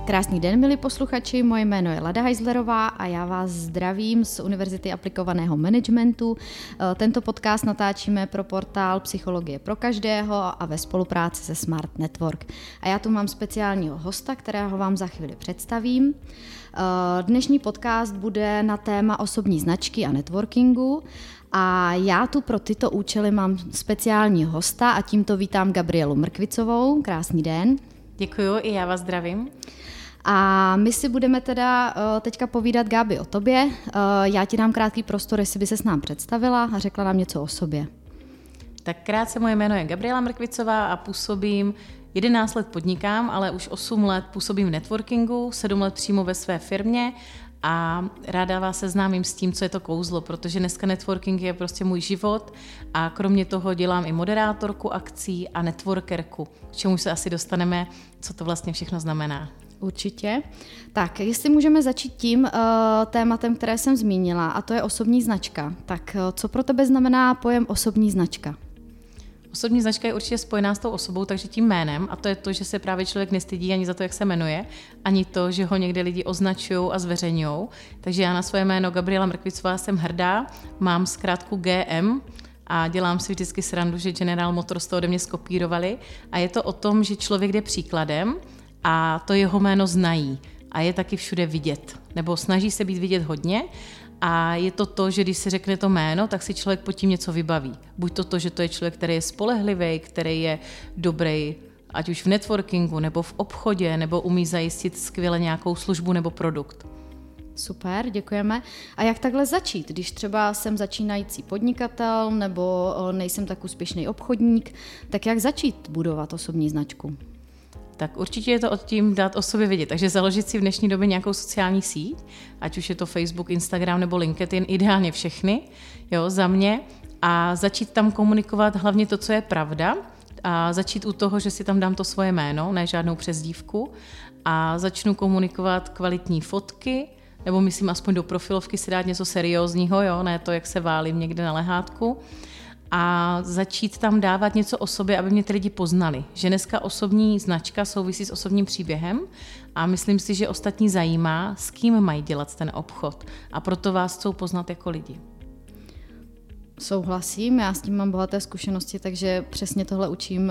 Krásný den, milí posluchači, moje jméno je Lada Heislerová a já vás zdravím z Univerzity aplikovaného managementu. Tento podcast natáčíme pro portál Psychologie pro každého a ve spolupráci se Smart Network. A já tu mám speciálního hosta, kterého vám za chvíli představím. Dnešní podcast bude na téma osobní značky a networkingu. A já tu pro tyto účely mám speciálního hosta a tímto vítám Gabrielu Mrkvicovou. Krásný den. Děkuju, i já vás zdravím. A my si budeme teda teďka povídat, Gabi, o tobě. Já ti dám krátký prostor, jestli by ses nám představila a řekla nám něco o sobě. Tak krátce, moje jméno je Gabriela Mrkvicová a působím 11 let podnikám, ale už 8 let působím v networkingu, 7 let přímo ve své firmě a ráda vás seznámím s tím, co je to kouzlo, protože dneska networking je prostě můj život a kromě toho dělám i moderátorku akcí a networkerku, k čemu se asi dostaneme, co to vlastně všechno znamená. Určitě. Tak, jestli můžeme začít tím tématem, které jsem zmínila, a to je osobní značka. Tak co pro tebe znamená pojem osobní značka? Osobní značka je určitě spojená s tou osobou, takže tím jménem, a to je to, že se právě člověk nestydí ani za to, jak se jmenuje, ani to, že ho někde lidi označují a zveřejňují. Takže já na svoje jméno Gabriela Mrkvicová jsem hrdá, mám zkrátku GM a dělám si vždycky srandu, že General Motors to ode mě skopírovali a je to o tom, že člověk jde příkladem a to jeho jméno znají a je taky všude vidět, nebo snaží se být vidět hodně. A je to, že když se řekne to jméno, tak si člověk pod tím něco vybaví. Buď to, že to je člověk, který je spolehlivý, který je dobrý, ať už v networkingu, nebo v obchodě, nebo umí zajistit skvěle nějakou službu nebo produkt. Super, děkujeme. A jak takhle začít, když třeba jsem začínající podnikatel, nebo nejsem tak úspěšný obchodník, tak jak začít budovat osobní značku? Tak určitě je to o tím dát o sobě vědět. Takže založit si v dnešní době nějakou sociální síť, ať už je to Facebook, Instagram nebo LinkedIn, ideálně všechny, jo, za mě, a začít tam komunikovat hlavně to, co je pravda, a začít u toho, že si tam dám to svoje jméno, ne žádnou přezdívku, a začnu komunikovat kvalitní fotky, nebo myslím aspoň do profilovky si dát něco seriózního, jo, ne to, jak se válím někde na lehátku, a začít tam dávat něco o sobě, aby mě ty lidi poznali. Že dneska osobní značka souvisí s osobním příběhem a myslím si, že ostatní zajímá, s kým mají dělat ten obchod. A proto vás chcou poznat jako lidi. Souhlasím, já s tím mám bohaté zkušenosti, takže přesně tohle učím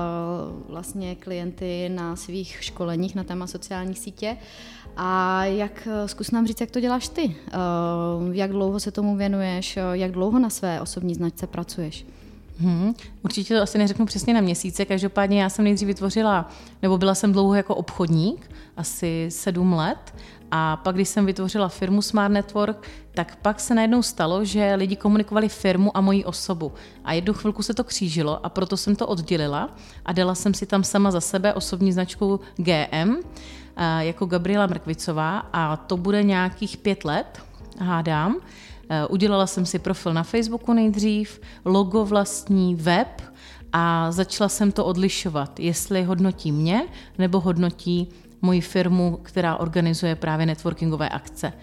vlastně klienty na svých školeních na téma sociální sítě. A zkus nám říct, jak to děláš ty? Jak dlouho se tomu věnuješ? Jak dlouho na své osobní značce pracuješ? Určitě to asi neřeknu přesně na měsíce, každopádně já jsem nejdřív vytvořila, nebo byla jsem dlouho jako obchodník, asi 7 let, a pak, když jsem vytvořila firmu Smart Network, tak pak se najednou stalo, že lidi komunikovali firmu a moji osobu. A jednu chvilku se to křížilo a proto jsem to oddělila a dala jsem si tam sama za sebe osobní značku GM, jako Gabriela Mrkvicová, a to bude nějakých 5 let, hádám. Udělala jsem si profil na Facebooku nejdřív, logo vlastní, web a začala jsem to odlišovat, jestli hodnotí mě nebo hodnotí moji firmu, která organizuje právě networkingové akce.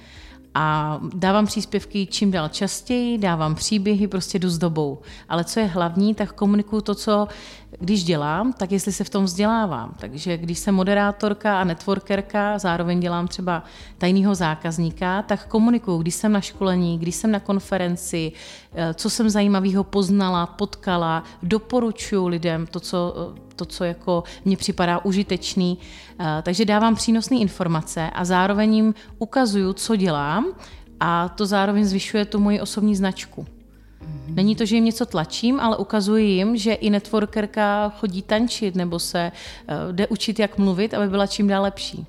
A dávám příspěvky čím dál častěji, dávám příběhy, prostě jdu s dobou. Ale co je hlavní, tak komunikuju to, co když dělám, tak jestli se v tom vzdělávám. Takže když jsem moderátorka a networkerka, zároveň dělám třeba tajného zákazníka, tak komunikuju, když jsem na školení, když jsem na konferenci, co jsem zajímavého poznala, potkala, doporučuju lidem to, co jako mně připadá užitečný. Takže dávám přínosné informace a zároveň jim ukazuju, co dělám, a to zároveň zvyšuje tu moji osobní značku. Není to, že jim něco tlačím, ale ukazuji jim, že i networkerka chodí tančit nebo se jde učit, jak mluvit, aby byla čím dál lepší.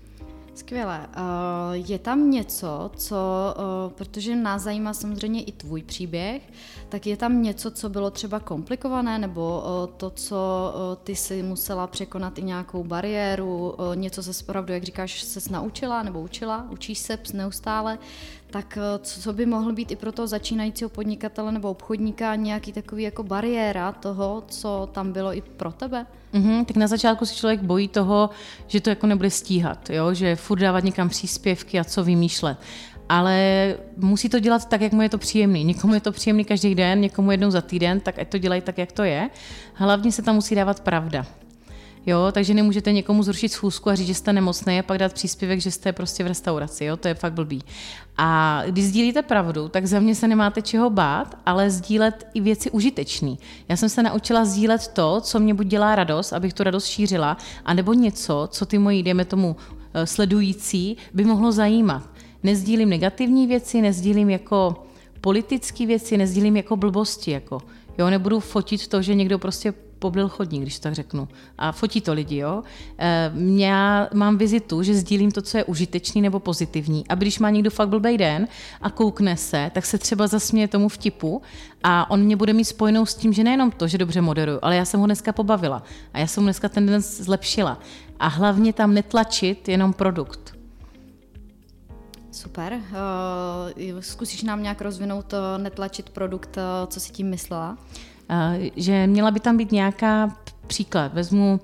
Skvěle. Je tam něco, protože nás zajímá samozřejmě i tvůj příběh, tak je tam něco, co bylo třeba komplikované, nebo to, co ty si musela překonat i nějakou bariéru, něco se opravdu, jak říkáš, ses naučila nebo učíš se neustále, tak co by mohl být i pro toho začínajícího podnikatele nebo obchodníka nějaký takový jako bariéra toho, co tam bylo i pro tebe? Tak na začátku si člověk bojí toho, že to jako nebude stíhat, jo? Že furt dávat někam příspěvky a co vymýšlet. Ale musí to dělat tak, jak mu je to příjemný. Někomu je to příjemný každý den, někomu jednou za týden, tak ať to dělají tak, jak to je. Hlavně se tam musí dávat pravda. Jo, takže nemůžete někomu zrušit schůzku a říct, že jste nemocný a pak dát příspěvek, že jste prostě v restauraci, jo, to je fakt blbý. A když sdílíte pravdu, tak za mě se nemáte čeho bát, ale sdílet i věci užitečný. Já jsem se naučila sdílet to, co mě buď dělá radost, abych tu radost šířila, anebo něco, co ty moji, dejme tomu, sledující, by mohlo zajímat. Nezdílím negativní věci, nezdílím jako politické věci, nezdílím jako blbosti, jako. Jo, nebudu fotit to, že někdo prostě poblil chodník, když tak řeknu. A fotí to lidi, jo. Já mám vizitu, že sdílím to, co je užitečný nebo pozitivní. A když má někdo fakt blbej den a koukne se, tak se třeba zasměje tomu vtipu a on mě bude mít spojenou s tím, že nejenom to, že dobře moderuju, ale já jsem ho dneska pobavila a já jsem mu dneska ten den zlepšila. A hlavně tam netlačit jenom produkt. Super. Zkusíš nám nějak rozvinout netlačit produkt, co si tím myslela? Že měla by tam být nějaká příklad. Vezmu,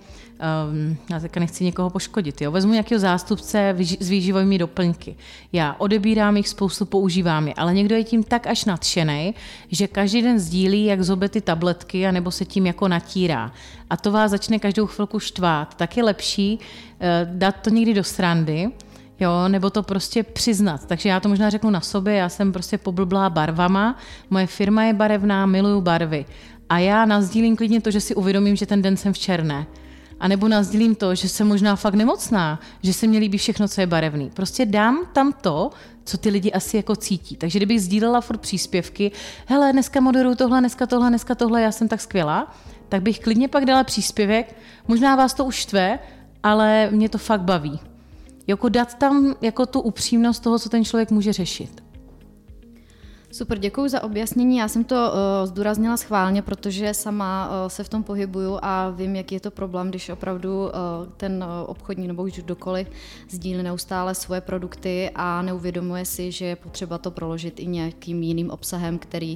já teďka nechci někoho poškodit, jo? Vezmu nějakého zástupce s výživovými doplňky. Já odebírám jich spoustu, používám je, ale někdo je tím tak až nadšenej, že každý den sdílí, jak zobe ty tabletky, anebo se tím jako natírá. A to vás začne každou chvilku štvát. Tak je lepší dát to někdy do srandy, jo, nebo to prostě přiznat. Takže já to možná řeknu na sobě, já jsem prostě poblblá barvama, moje firma je barevná, miluju barvy. A já nasdílím klidně to, že si uvědomím, že ten den jsem v černé. A nebo nasdílím to, že jsem možná fakt nemocná, že se mně líbí všechno, co je barevný. Prostě dám tam to, co ty lidi asi jako cítí. Takže kdybych sdílela furt příspěvky, hele, dneska moderuju tohle, dneska tohle, já jsem tak skvělá, tak bych klidně pak dala příspěvek, možná vás to už štve, ale mě to fakt baví. Jako dát tam jako tu upřímnost toho, co ten člověk může řešit. Super, děkuji za objasnění. Já jsem to zdůraznila schválně, protože sama se v tom pohybuju a vím, jaký je to problém, když opravdu ten obchodník nebo už kdokoliv sdílí neustále svoje produkty a neuvědomuje si, že je potřeba to proložit i nějakým jiným obsahem, který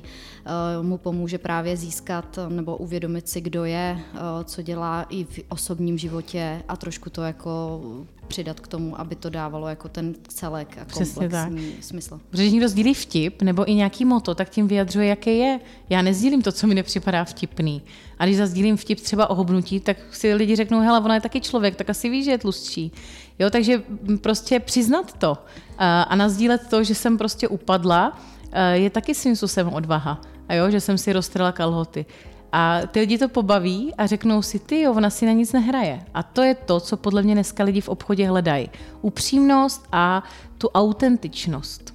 mu pomůže právě získat nebo uvědomit si, kdo je, co dělá i v osobním životě a trošku to jako přidat k tomu, aby to dávalo jako ten celek a komplexní smysl. Protože někdo sdílí vtip nebo i nějaký motto, tak tím vyjadřuje, jaký je. Já nezdílím to, co mi nepřipadá vtipný. A když zazdílím vtip třeba o hubnutí, tak si lidi řeknou, hele, ona je taky člověk, tak asi ví, že je tlustší. Jo, takže prostě přiznat to a nasdílet to, že jsem prostě upadla, je taky svým způsobem odvaha. A jo, že jsem si roztrhla kalhoty. A ty lidi to pobaví a řeknou si, ty jo, ona si na nic nehraje. A to je to, co podle mě dneska lidi v obchodě hledají. Upřímnost a tu autentičnost.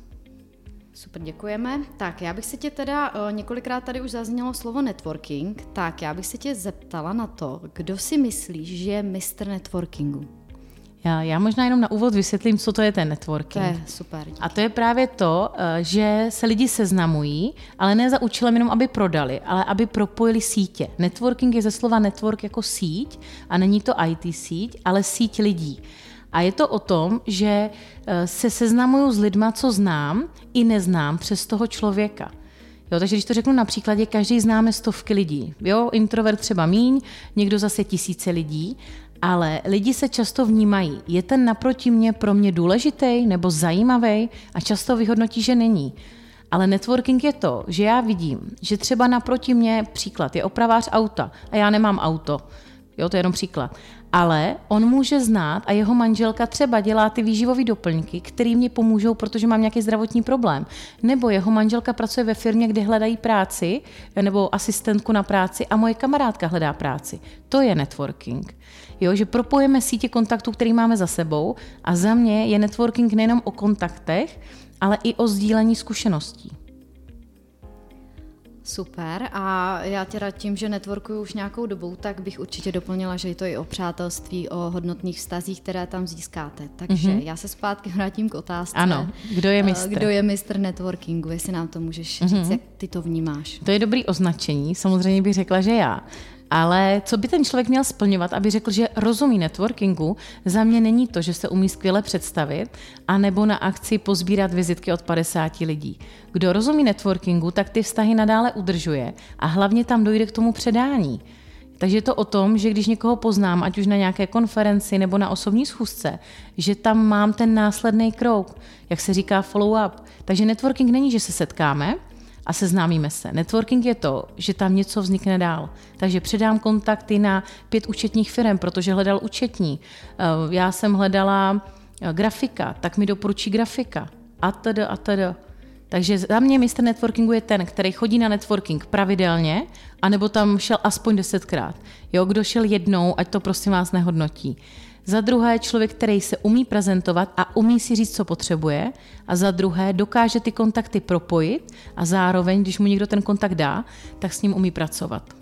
Super, děkujeme. Tak, já bych se tě teda, několikrát tady už zaznělo slovo networking, tak já bych se tě zeptala na to, kdo si myslíš, že je mistr networkingu? Já možná jenom na úvod vysvětlím, co to je ten networking. To je super. Díky. A to je právě to, že se lidi seznamují, ale ne za účelem jenom, aby prodali, ale aby propojili sítě. Networking je ze slova network jako síť a není to IT síť, ale síť lidí. A je to o tom, že se seznamuju s lidma, co znám i neznám přes toho člověka. Jo, takže když to řeknu na příkladě, každý známe stovky lidí. Jo, introvert třeba míň, někdo zase tisíce lidí, ale lidi se často vnímají, je ten naproti mě pro mě důležitý nebo zajímavý a často vyhodnotí, že není. Ale networking je to, že já vidím, že třeba naproti mě, příklad, je opravář auta a já nemám auto. Jo, to je jenom příklad. Ale on může znát a jeho manželka třeba dělá ty výživové doplňky, které mě pomůžou, protože mám nějaký zdravotní problém. Nebo jeho manželka pracuje ve firmě, kde hledají práci, nebo asistentku na práci a moje kamarádka hledá práci. To je networking. Jo, že propojíme sítě kontaktů, který máme za sebou a za mě je networking nejenom o kontaktech, ale i o sdílení zkušeností. Super. A já teda tím, že networkuju už nějakou dobou, tak bych určitě doplnila, že je to i o přátelství, o hodnotných vztazích, které tam získáte. Takže já se zpátky vrátím k otázce. Ano, kdo je mistr? Kdo je mistr networkingu, jestli nám to můžeš říct, jak ty to vnímáš. To je dobrý označení, samozřejmě bych řekla, že já. Ale co by ten člověk měl splňovat, aby řekl, že rozumí networkingu, za mě není to, že se umí skvěle představit, anebo na akci pozbírat vizitky od 50 lidí. Kdo rozumí networkingu, tak ty vztahy nadále udržuje a hlavně tam dojde k tomu předání. Takže je to o tom, že když někoho poznám, ať už na nějaké konferenci nebo na osobní schůzce, že tam mám ten následný krok, jak se říká follow-up. Takže networking není, že se setkáme a seznámíme se. Networking je to, že tam něco vznikne dál. Takže předám kontakty na 5 účetních firm, protože hledal účetní. Já jsem hledala grafika, tak mi doporučí grafika. A teda. Takže za mě mistr networkingu je ten, který chodí na networking pravidelně, anebo tam šel aspoň 10krát. Jo, kdo šel jednou, ať to prosím vás nehodnotí. Za druhé člověk, který se umí prezentovat a umí si říct, co potřebuje. A za druhé dokáže ty kontakty propojit a zároveň, když mu někdo ten kontakt dá, tak s ním umí pracovat.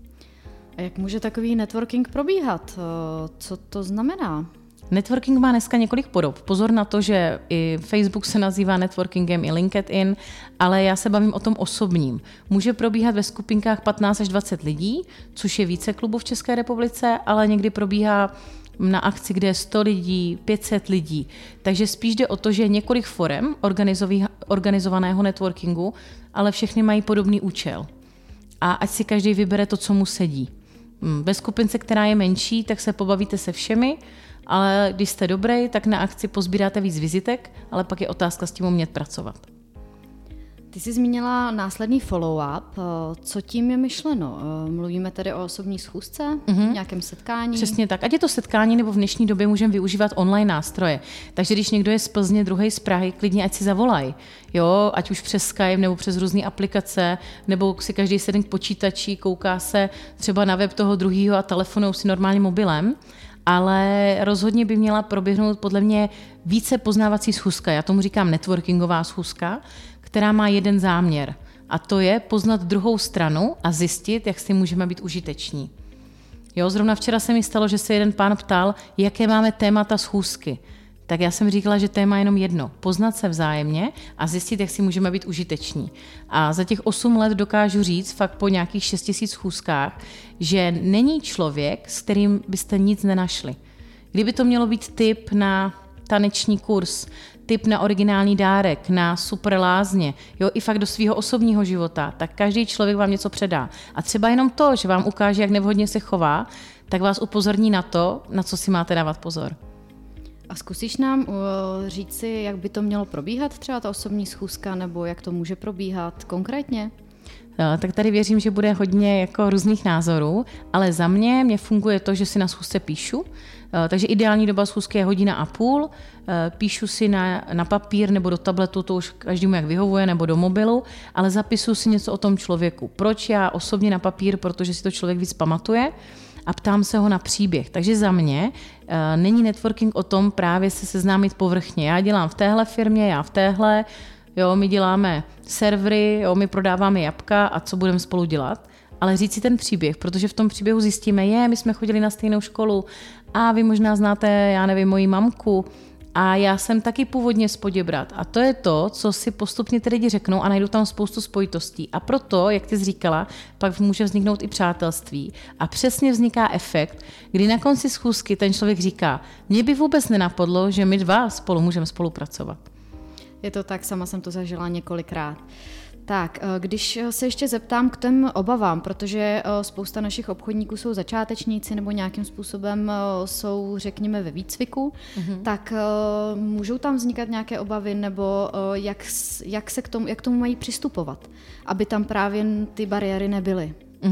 A jak může takový networking probíhat? Co to znamená? Networking má dneska několik podob. Pozor na to, že i Facebook se nazývá networkingem, i LinkedIn, ale já se bavím o tom osobním. Může probíhat ve skupinkách 15 až 20 lidí, což je více klubů v České republice, ale někdy probíhá na akci, kde je 100 lidí, 500 lidí. Takže spíš jde o to, že je několik forem organizovaného networkingu, ale všechny mají podobný účel. A ať si každý vybere to, co mu sedí. Ve skupince, která je menší, tak se pobavíte se všemi, ale když jste dobrý, tak na akci pozbíráte víc vizitek, ale pak je otázka s tím umět pracovat. Ty jsi zmínila následný follow-up. Co tím je myšleno? Mluvíme tedy o osobní schůzce, nějakém setkání? Přesně tak. Ať je to setkání, nebo v dnešní době můžeme využívat online nástroje. Takže když někdo je z Plzně, druhý z Prahy, klidně ať si zavolají. Jo, ať už přes Skype, nebo přes různé aplikace, nebo si každý sedne k počítači, kouká se třeba na web toho druhého a telefonou si normálně mobilem. Ale rozhodně by měla proběhnout podle mě více poznávací schůzka. Já tomu říkám networkingová schůzka, která má jeden záměr. A to je poznat druhou stranu a zjistit, jak si můžeme být užiteční. Jo, zrovna včera se mi stalo, že se jeden pán ptal, jaké máme témata schůzky. Tak já jsem říkala, že téma je jenom jedno. Poznat se vzájemně a zjistit, jak si můžeme být užiteční. A za těch 8 let dokážu říct, fakt po nějakých 6 000 schůzkách, že není člověk, s kterým byste nic nenašli. Kdyby to mělo být tip na taneční kurz, tip na originální dárek, na super lázně, jo, i fakt do svého osobního života, tak každý člověk vám něco předá. A třeba jenom to, že vám ukáže, jak nevhodně se chová, tak vás upozorní na to, na co si máte dávat pozor. A zkusíš nám říci, jak by to mělo probíhat, třeba ta osobní schůzka, nebo jak to může probíhat konkrétně? Tak tady věřím, že bude hodně jako různých názorů, ale za mě funguje to, že si na schůzce píšu, takže ideální doba schůzky je 1,5 hodiny, píšu si na papír nebo do tabletu, to už každému jak vyhovuje, nebo do mobilu, ale zapisuju si něco o tom člověku. Proč já osobně na papír? Protože si to člověk víc pamatuje a ptám se ho na příběh. Takže za mě není networking o tom právě se seznámit povrchně. Já dělám v téhle firmě, já v téhle, jo, my děláme servery, jo, my prodáváme jabka a co budeme spolu dělat. Ale říct si ten příběh, protože v tom příběhu zjistíme, my jsme chodili na stejnou školu a vy možná znáte, já nevím, moji mamku a já jsem taky původně z Poděbrad. A to je to, co si postupně ty lidi řeknou a najdou tam spoustu spojitostí. A proto, jak ty jsi říkala, pak může vzniknout i přátelství. A přesně vzniká efekt, kdy na konci schůzky ten člověk říká, mě by vůbec nenapadlo, že my dva spolu můžeme spolupracovat. Je to tak, sama jsem to zažila několikrát. Tak, když se ještě zeptám k těm obavám, protože spousta našich obchodníků jsou začátečníci nebo nějakým způsobem jsou, řekněme, ve výcviku, tak můžou tam vznikat nějaké obavy nebo jak k tomu mají přistupovat, aby tam právě ty bariéry nebyly?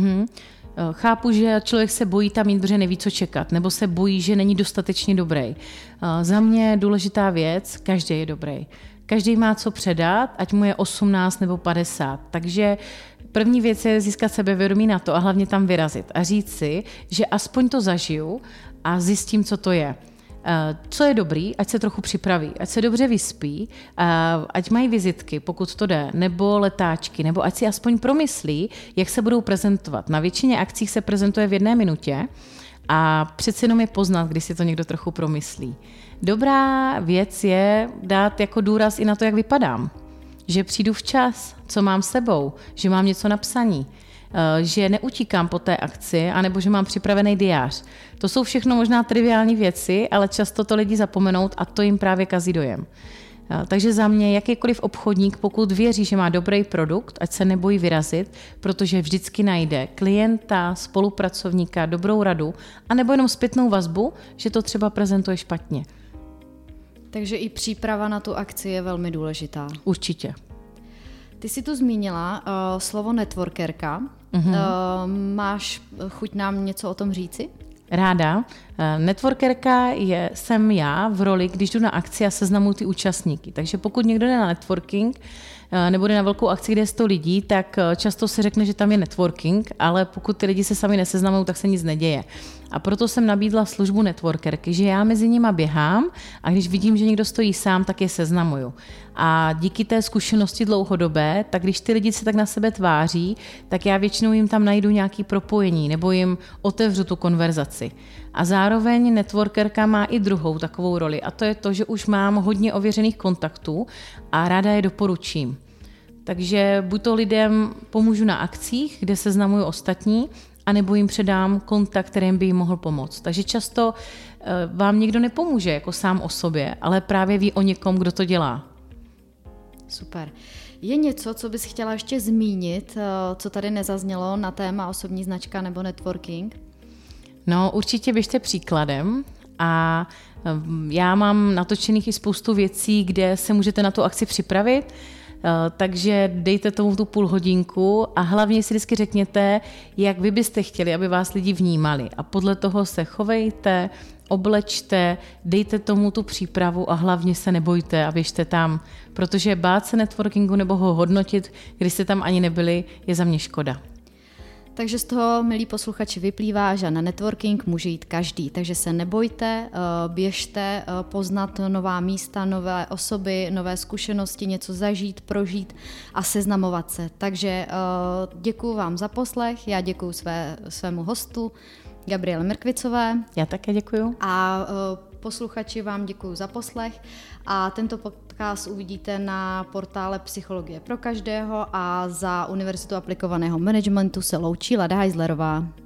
Chápu, že člověk se bojí tam jít, protože neví, co čekat, nebo se bojí, že není dostatečně dobrý. Za mě důležitá věc, každý je dobrý. Každý má co předat, ať mu je 18 nebo 50. Takže první věc je získat sebevědomí na to a hlavně tam vyrazit a říct si, že aspoň to zažiju a zjistím, co to je. Co je dobrý, ať se trochu připraví, ať se dobře vyspí, ať mají vizitky, pokud to jde, nebo letáčky, nebo ať si aspoň promyslí, jak se budou prezentovat. Na většině akcích se prezentuje v 1 minutě a přece jenom je poznat, když si to někdo trochu promyslí. Dobrá věc je dát jako důraz i na to, jak vypadám. Že přijdu včas, co mám s sebou, že mám něco napsaný, že neutíkám po té akci, anebo že mám připravený diář. To jsou všechno možná triviální věci, ale často to lidi zapomenou a to jim právě kazí dojem. Takže za mě jakýkoliv obchodník, pokud věří, že má dobrý produkt, ať se nebojí vyrazit, protože vždycky najde klienta, spolupracovníka, dobrou radu, anebo jenom zpětnou vazbu, že to třeba prezentuje špatně. Takže i příprava na tu akci je velmi důležitá. Určitě. Ty jsi tu zmínila slovo networkerka. Máš chuť nám něco o tom říci? Ráda. Networkerka jsem já v roli, když jdu na akci a seznamuji ty účastníky. Takže pokud někdo jde na networking nebo jde na velkou akci, kde je 100 lidí, tak často se řekne, že tam je networking, ale pokud ty lidi se sami neseznamují, tak se nic neděje. A proto jsem nabídla službu networkerky, že já mezi nima běhám a když vidím, že někdo stojí sám, tak je seznamuju. A díky té zkušenosti dlouhodobé, tak když ty lidi se tak na sebe tváří, tak já většinou jim tam najdu nějaké propojení nebo jim otevřu tu konverzaci. A zároveň networkerka má i druhou takovou roli a to je to, že už mám hodně ověřených kontaktů a ráda je doporučím. Takže buď to lidem pomůžu na akcích, kde seznamuju ostatní, anebo jim předám kontakt, kterým by jim mohl pomoct. Takže často vám někdo nepomůže jako sám o sobě, ale právě ví o někom, kdo to dělá. Super. Je něco, co bys chtěla ještě zmínit, co tady nezaznělo na téma osobní značka nebo networking? No, určitě běžte příkladem a já mám natočených i spoustu věcí, kde se můžete na tu akci připravit, takže dejte tomu tu půl hodinku a hlavně si vždycky řekněte, jak vy byste chtěli, aby vás lidi vnímali a podle toho se chovejte, oblečte, dejte tomu tu přípravu a hlavně se nebojte a běžte tam, protože bát se networkingu nebo ho hodnotit, když jste tam ani nebyli, je za mě škoda. Takže z toho, milí posluchači, vyplývá, že na networking může jít každý, takže se nebojte, běžte poznat nová místa, nové osoby, nové zkušenosti, něco zažít, prožít a seznamovat se. Takže děkuju vám za poslech, já děkuju svému hostu, Gabriele Mrkvicové. Já také děkuju. A posluchači vám děkuju za poslech a tento podcast uvidíte na portále Psychologie pro každého a za Univerzitu aplikovaného managementu se loučí Lada Heislerová.